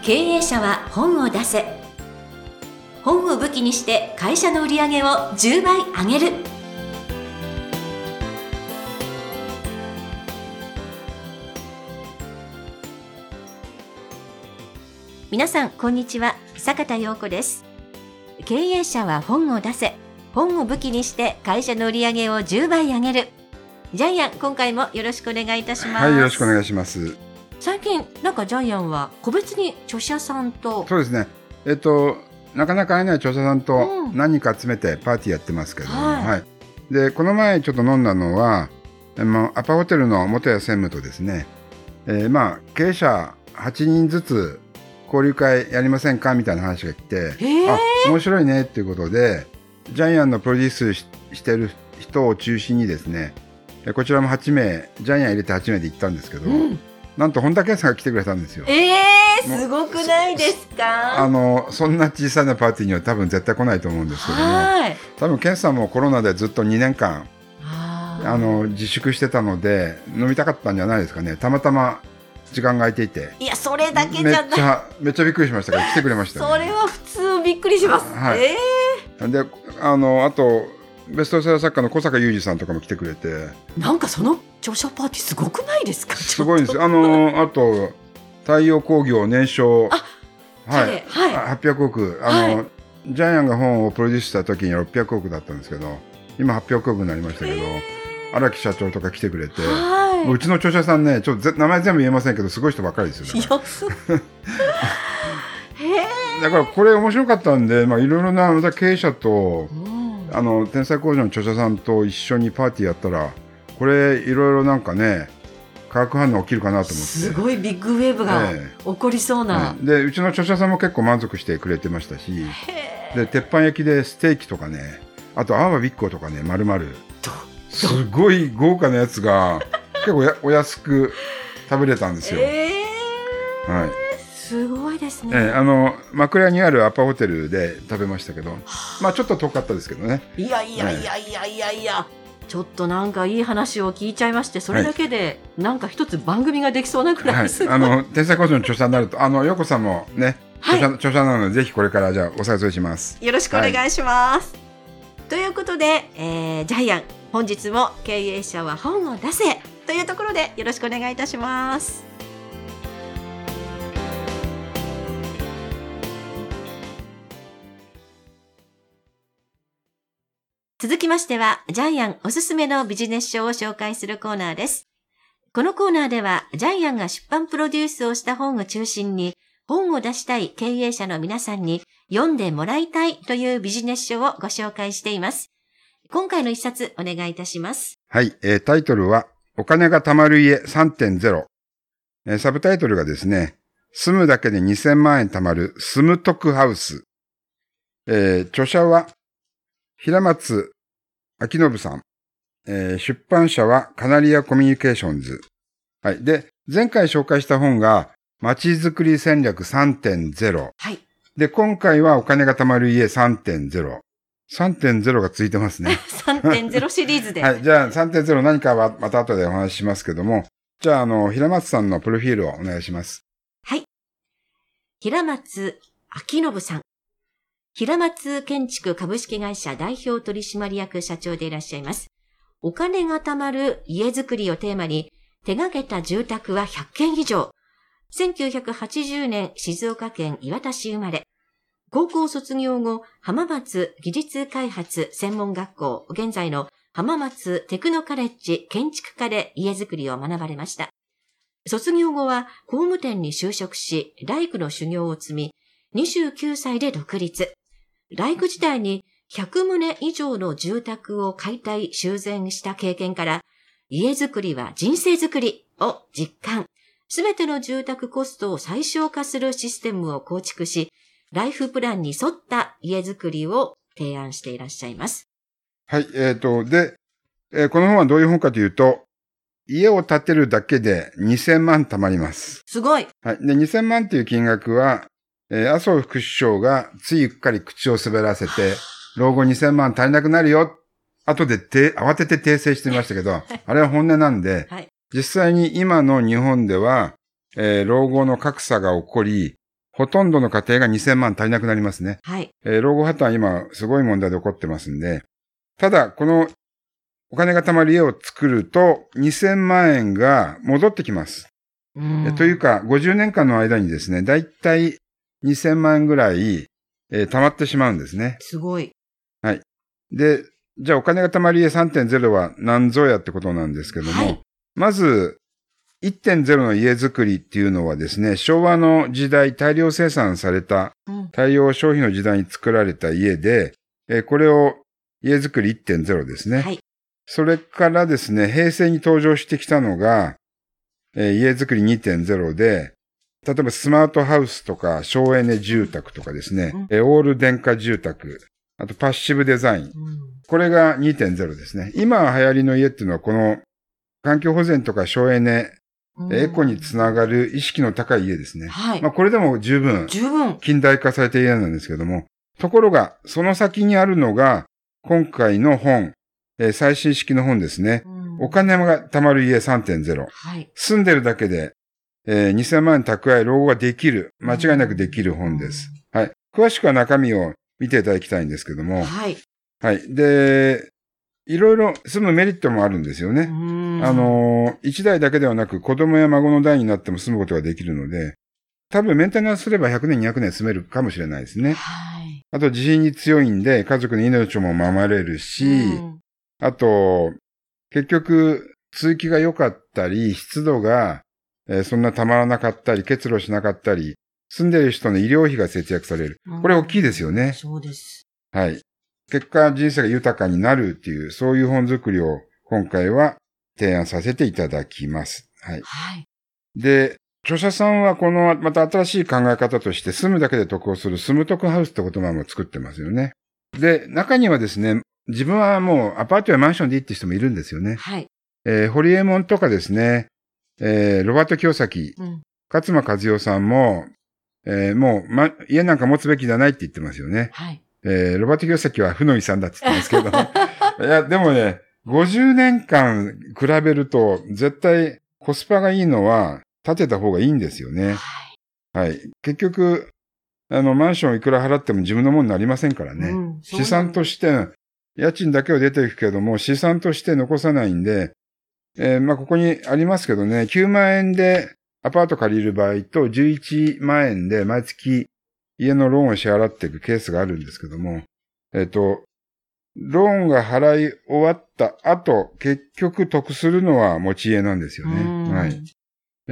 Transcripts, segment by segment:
経営者は本を出せ。本を武器にして会社の売り上げを10倍上げる。皆さんこんにちは、坂田陽子です。経営者は本を出せ。本を武器にして会社の売り上げを10倍上げる。ジャイアン、今回もよろしくお願いいたします。 はい、よろしくお願いします。 最近なんかジャイアンは個別に著者さんと。 そうですね、なかなか会えない著者さんと何人か集めてパーティーやってますけど、はい、でこの前ちょっと飲んだのは、アパホテルの元谷専務とですね、経営者8人ずつ交流会やりませんかみたいな話が来て、面白いねっていうことで、ジャイアンのプロデュースしてる人を中心にですね、こちらも8名、ジャイアン入れて8名で行ったんですけど、なんと本田健さんが来てくれたんですよ。 すごくないですか？ そんな小さなパーティーには多分絶対来ないと思うんですけども、多分健さんもコロナでずっと2年間自粛してたので飲みたかったんじゃないですかね。たまたま時間が空いていて、 いや、それだけじゃない、 めっちゃびっくりしましたから来てくれました、ね、 それは普通びっくりします。 で、あとベストセラー作家の小坂雄二さんとかも来てくれて、 なんかその著者パーティーすごくないですか？ すごいんですよ。あと太陽工業年商800億、ジャイアンが本をプロデュースした時に600億だったんですけど、今800億になりましたけど、荒木社長とか来てくれて、うちの著者さんね、ちょっと名前全部言えませんけどすごい人ばっかりですよ。だからこれ面白かったんで、いろいろなまた経営者と天才工場の著者さんと一緒にパーティーやったら、これいろいろなんかね、化学反応起きるかなと思って、 すごいビッグウェーブが起こりそうな、 でうちの著者さんも結構満足してくれてましたし、で鉄板焼きでステーキとかね、あとアワビッコとかね、丸々すごい豪華なやつが結構お安く食べれたんですよ。 すごいですね。 枕にあるアパホテルで食べましたけど、ちょっと遠かったですけどね。 いや、ちょっとなんかいい話を聞いちゃいまして、それだけでなんか一つ番組ができそうなくらいすごい、 天才工場の著者になると、陽子さんもね、著者なのでぜひこれからじゃあお誘いします。 よろしくお願いします、ということで、ジャイアン、本日も経営者は本を出せというところでよろしくお願いいたします。続きましては、ジャイアンおすすめのビジネス書を紹介するコーナーです。このコーナーでは、ジャイアンが出版プロデュースをした本を中心に、本を出したい経営者の皆さんに読んでもらいたいというビジネス書をご紹介しています。今回の一冊お願いいたします。 はい、タイトルは、お金が貯まる家 3.0。サブタイトルがですね、住むだけで2000万円貯まる住む得ハウス。著者は、平松明信さん。出版社はカナリアコミュニケーションズ。で、前回紹介した本が、まちづくり戦略 3.0。で、今回はお金が貯まる家 3.0。3.0 がついてますね。 3.0 シリーズで。 じゃあ 3.0 何かはまた後でお話ししますけども、じゃあ平松さんのプロフィールをお願いします。 平松明信さん。平松建築株式会社代表取締役社長でいらっしゃいます。お金が貯まる家づくりをテーマに手掛けた住宅は100件以上。1980年静岡県磐田市生まれ。高校卒業後、浜松技術開発専門学校、現在の浜松テクノカレッジ建築科で家づくりを学ばれました。卒業後は工務店に就職し、大工の修行を積み、29歳で独立。大工時代に100棟以上の住宅を解体修繕した経験から、家づくりは人生づくりを実感。すべての住宅コストを最小化するシステムを構築し、ライフプランに沿った家づくりを提案していらっしゃいます。 はい、で、この本はどういう本かというと、家を建てるだけで2000万貯まります。 すごい。 で、2000万という金額は、麻生副首相がついうっかり口を滑らせて、老後2000万足りなくなるよ。後で慌てて訂正してみましたけど、あれは本音なんで、実際に今の日本では、老後の格差が起こり、 ほとんどの家庭が2000万足りなくなりますね。 はい。 老後破綻今すごい問題で起こってますんで、ただこのお金が貯まる家を作ると2000万円が戻ってきます。というか50年間の間にですね、だいたい2000万円ぐらい、貯まってしまうんですね。 すごい。 はい。で、じゃあお金が貯まる家 3.0 は何ぞやってことなんですけども、 はい、 まず 1.0 の家づくりっていうのはですね、昭和の時代大量生産された、大量消費の時代に作られた家で、これを家づくり 1.0 ですね。 はい。 それからですね、平成に登場してきたのが、家づくり 2.0 で、例えばスマートハウスとか省エネ住宅とかですね、オール電化住宅、あとパッシブデザイン。これが 2.0 ですね。今流行りの家っていうのはこの環境保全とか省エネ、エコにつながる意識の高い家ですね。 はい。 まあこれでも十分近代化された家なんですけども、ところがその先にあるのが今回の本、最新式の本ですね。お金が貯まる家 3.0。 はい。 住んでるだけで、2000万円蓄え老後ができる、間違いなくできる本です。はい。詳しくは中身を見ていただきたいんですけども。 はい。 はい。で、いろいろ住むメリットもあるんですよね。一代だけではなく子供や孫の代になっても住むことができるので、多分メンテナンスすれば100年200年住めるかもしれないですね。 はい。 あと地震に強いんで家族の命も守れるし、あと、結局通気が良かったり、湿度が、そんなたまらなかったり、結露しなかったり、住んでいる人の医療費が節約される。これ大きいですよね。 そうです。 はい。結果、人生が豊かになるっていう、そういう本作りを今回は提案させていただきます。はい。 はい。 で、著者さんはこのまた新しい考え方として住むだけで得をする住む得ハウスって言葉も作ってますよね。で、中にはですね、自分はもうアパートやマンションでいいって人もいるんですよね。 はい。 ホリエモンとかですね、ロバート清崎、勝間和代さんも、もう、家なんか持つべきじゃないって言ってますよね。 はい。 ロバート清崎は負の遺産だって言ってますけど。いや、でもね、50年間比べると、絶対コスパがいいのは建てた方がいいんですよね。はい。はい。結局、マンションいくら払っても自分のものになりませんからね。資産として、家賃だけは出ていくけども、資産として残さないんで、まあ、ここにありますけどね、9万円でアパート借りる場合と11万円で毎月家のローンを支払っていくケースがあるんですけども、ローンが払い終わった後、結局得するのは持ち家なんですよね。はい。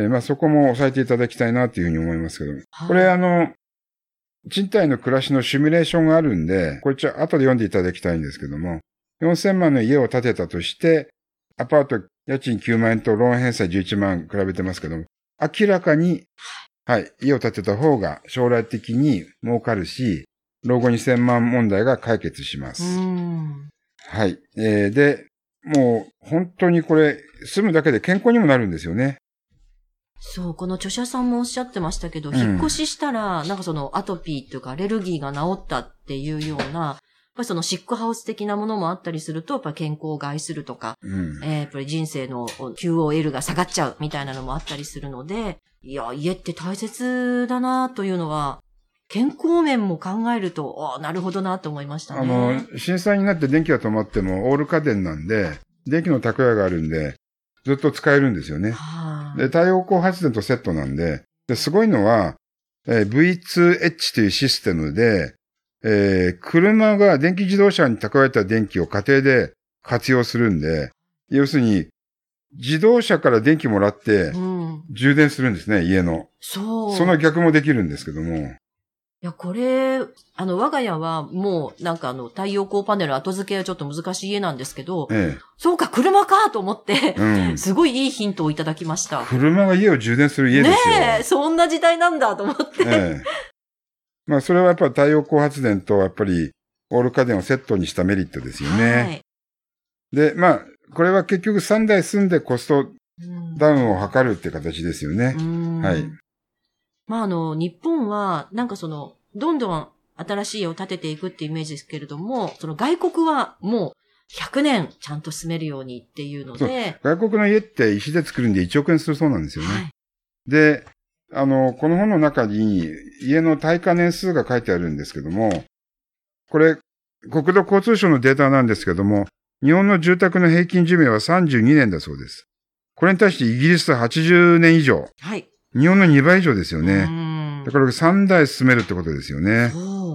まあ、そこも押さえていただきたいなというふうに思いますけども。これ賃貸の暮らしのシミュレーションがあるんで、これ後で読んでいただきたいんですけども、4000万の家を建てたとして、アパート家賃9万円とローン返済11万比べてますけども、明らかに、はい、家を建てた方が将来的に儲かるし、老後2000万問題が解決します。はい。で、もう本当にこれ、住むだけで健康にもなるんですよね。 そう、この著者さんもおっしゃってましたけど、引っ越ししたら、なんかそのアトピーというかアレルギーが治ったっていうような、やっぱりそのシックハウス的なものもあったりすると、やっぱり健康を害するとか、やっぱり人生の QOL が下がっちゃうみたいなのもあったりするので、いや、家って大切だなというのは、健康面も考えると、なるほどなと思いましたね。 震災になって電気が止まってもオール家電なんで、電気の蓄えがあるんで、ずっと使えるんですよね。で、太陽光発電とセットなんで、すごいのは、V2H というシステムで、車が電気自動車に蓄えた電気を家庭で活用するんで、要するに、自動車から電気もらって、充電するんですね、家の。その逆もできるんですけども。 いや、これ、我が家はもう、なんか太陽光パネル後付けはちょっと難しい家なんですけど、そうか、車かと思って、すごいいいヒントをいただきました。 車が家を充電する家ですよ。 ねえ、そんな時代なんだと思って。 まあ、それはやっぱり太陽光発電と、やっぱり、オール家電をセットにしたメリットですよね。はい。で、まあ、これは結局3台住んでコストダウンを図るって形ですよね。はい。 まあ日本は、なんかどんどん新しい家を建てていくってイメージですけれども、外国はもう100年ちゃんと住めるようにっていうので。 外国の家って石で作るんで1億円するそうなんですよね。はい。で、 この本の中に家の耐火年数が書いてあるんですけども、これ、国土交通省のデータなんですけども、日本の住宅の平均寿命は32年だそうです。これに対してイギリスは80年以上。 はい。 日本の2倍以上ですよね。だから3代進めるってことですよね。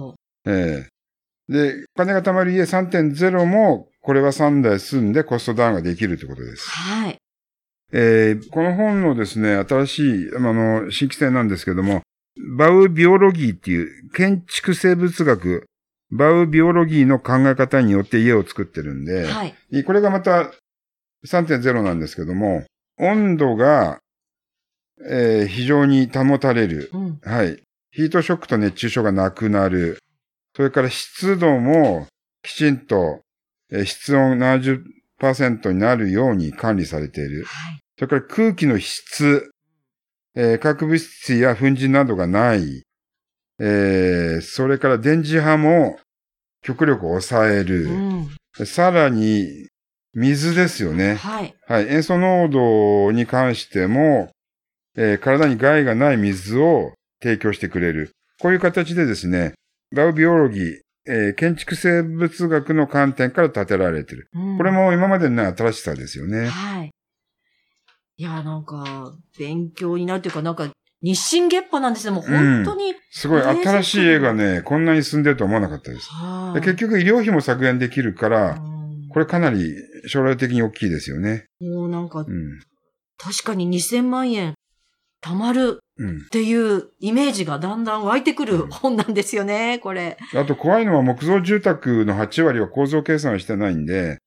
で、お金が貯まる家 3.0 も、これは3代進んでコストダウンができるってことです。 はい。 この本のですね、新しい、新規性なんですけども、バウビオロギーっていう建築生物学、バウビオロギーの考え方によって家を作ってるんで、 はい、 これがまた 3.0 なんですけども、温度が、非常に保たれる、はい。ヒートショックと熱中症がなくなる。それから湿度もきちんと、室温 70% になるように管理されている。はい、それから空気の質、核物質や粉塵などがない。それから電磁波も極力抑える。さらに、水ですよね。はい。はい。塩素濃度に関しても、体に害がない水を提供してくれる。こういう形でですね、バウビオロギー、建築生物学の観点から建てられている。これも今までのない新しさですよね。 はい。いや、なんか、勉強になるというか、なんか、日進月歩なんですよ。もう本当に、 すごい新しい家がね、こんなに進んでると思わなかったです。で結局医療費も削減できるから、これかなり将来的に大きいですよね。 もうなんか、確かに2000万円貯まるっていうイメージがだんだん湧いてくる本なんですよね、これ。 あと怖いのは木造住宅の8割は構造計算をしてないんで、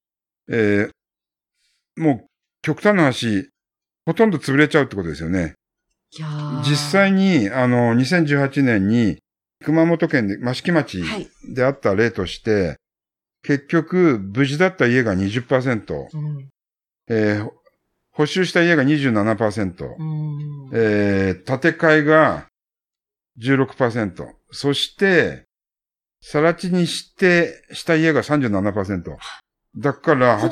もう極端な話、ほとんど潰れちゃうってことですよね。実際に、2018年に、熊本県で、益城町であった例として、結局、無事だった家が 20%、補修した家が 27%、建て替えが 16%、そして、更地にした家が 37%。だから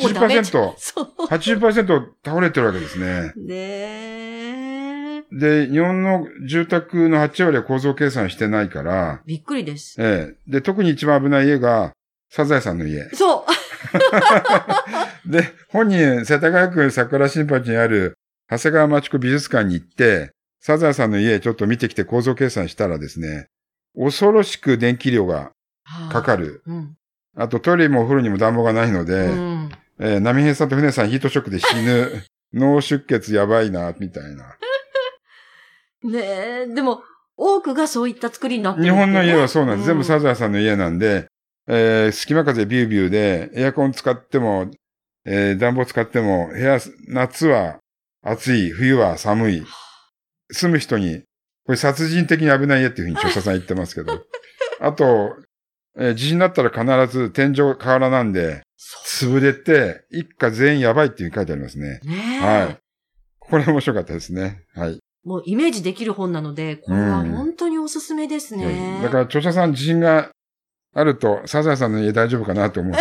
80% 倒れてるわけですね。で、日本の住宅の8割は構造計算してないから。 びっくりです。 で、特に一番危ない家が、サザエさんの家。 そうで、本人、世田谷区桜新町にある、長谷川町子美術館に行って、サザエさんの家ちょっと見てきて構造計算したらですね、恐ろしく電気量がかかる。あとトイレもお風呂にも暖房がないので、波平さんと船さんヒートショックで死ぬ。脳出血やばいな、みたいな。 ねえ、でも、多くがそういった作りになってる、 日本の家はそうなんです。全部サザエさんの家なんで、隙間風ビュービューで、エアコン使っても、暖房使っても、夏は暑い、冬は寒い。住む人に、これ殺人的に危ない家っていうふうに調査さん言ってますけど。あと、地震になったら必ず天井瓦なんで、潰れて、一家全員やばいっていうふうに書いてありますね。はい。これ面白かったですね。はい。 もうイメージできる本なので、これは本当におすすめですね。 だから著者さん自信があると、サザエさんの家大丈夫かなと思うんです。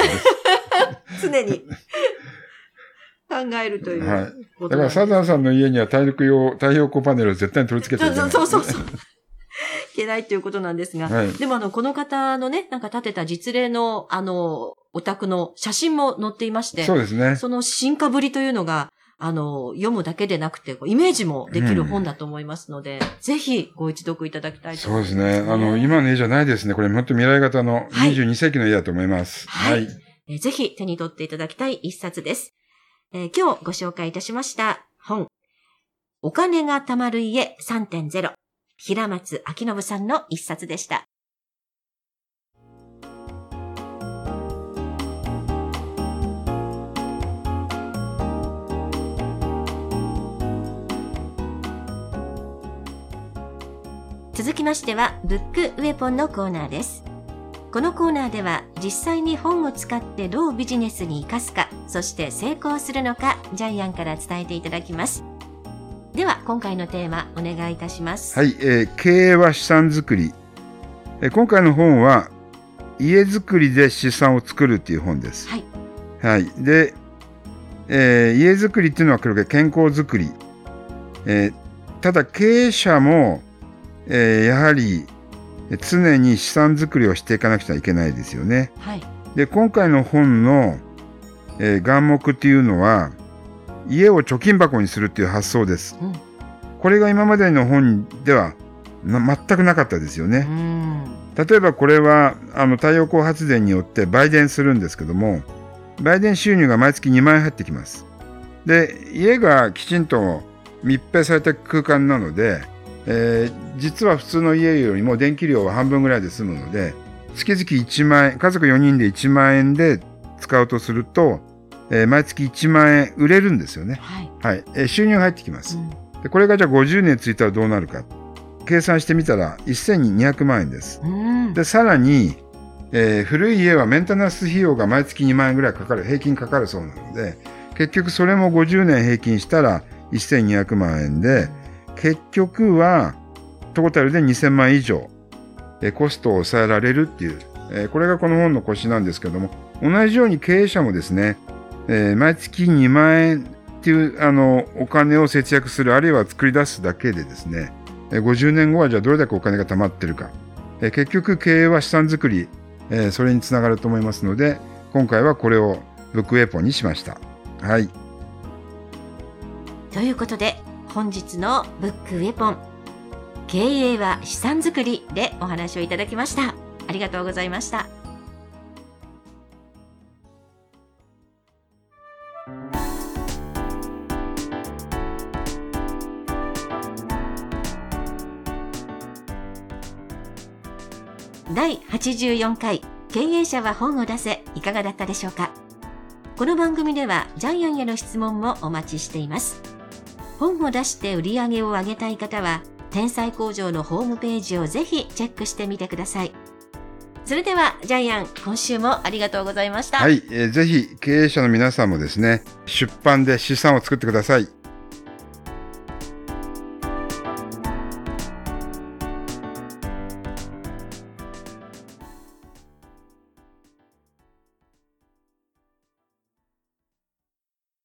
常に考えるという。 はい。だからサザエさんの家には太陽光パネルを絶対に取り付けていけない。 そう。いけないということなんですが。はい、でもこの方のね、なんか建てた実例のお宅の写真も載っていまして。 そうですね。 その進化ぶりというのが、読むだけでなくて、イメージもできる本だと思いますので、ぜひご一読いただきたいと思います、ね。 そうですね。今の家じゃないですね。これ本当未来型の22世紀の家だと思います。 はい。ぜひ手に取っていただきたい一冊です。今日ご紹介いたしました本、お金が貯まる家 3.0、平松明信さんの一冊でした。続きましては、ブックウェポンのコーナーです。このコーナーでは、実際に本を使ってどうビジネスに生かすか、そして成功するのか、ジャイアンから伝えていただきます。では、今回のテーマ、お願いいたします。 はい、経営は資産作り。今回の本は、家づくりで資産を作るっていう本です。 はい。 はい。で、家づくりっていうのはこれ健康づくり。 ただ経営者も、やはり常に資産作りをしていかなくちゃいけないですよね。 はい。 で、今回の本の、眼目っていうのは、家を貯金箱にするっていう発想です。これが今までの本では全くなかったですよね。例えばこれは太陽光発電によって売電するんですけども、売電収入が毎月2万円入ってきます。で、家がきちんと密閉された空間なので、実は普通の家よりも電気量は半分ぐらいで済むので、月々1万円、家族4人で1万円で使うとすると、毎月1万円売れるんですよね。はい。収入が入ってきます。で、これがじゃあ50年ついたらどうなるか。計算してみたら1200万円です。で、さらに、古い家はメンテナンス費用が毎月2万円ぐらいかかる、平均かかるそうなので、結局それも50年平均したら1200万円で、結局はトータルで2000万円以上、コストを抑えられるっていう、これがこの本の腰なんですけども、同じように経営者もですね、毎月2万円っていうお金を節約する、あるいは作り出すだけでですね、50年後はじゃあどれだけお金が貯まってるか、結局経営は資産作り、それにつながると思いますので、今回はこれをブックウェポンにしました。はい。 ということで本日のブックウェポン、経営は資産作りでお話をいただきました。ありがとうございました。第84回経営者は本を出せ、いかがだったでしょうか。この番組ではジャイアンへの質問もお待ちしています。本を出して売り上げを上げたい方は天才工場のホームページをぜひチェックしてみてください。それではジャイアン、今週もありがとうございました。 はい、ぜひ経営者の皆さんもですね、出版で資産を作ってください。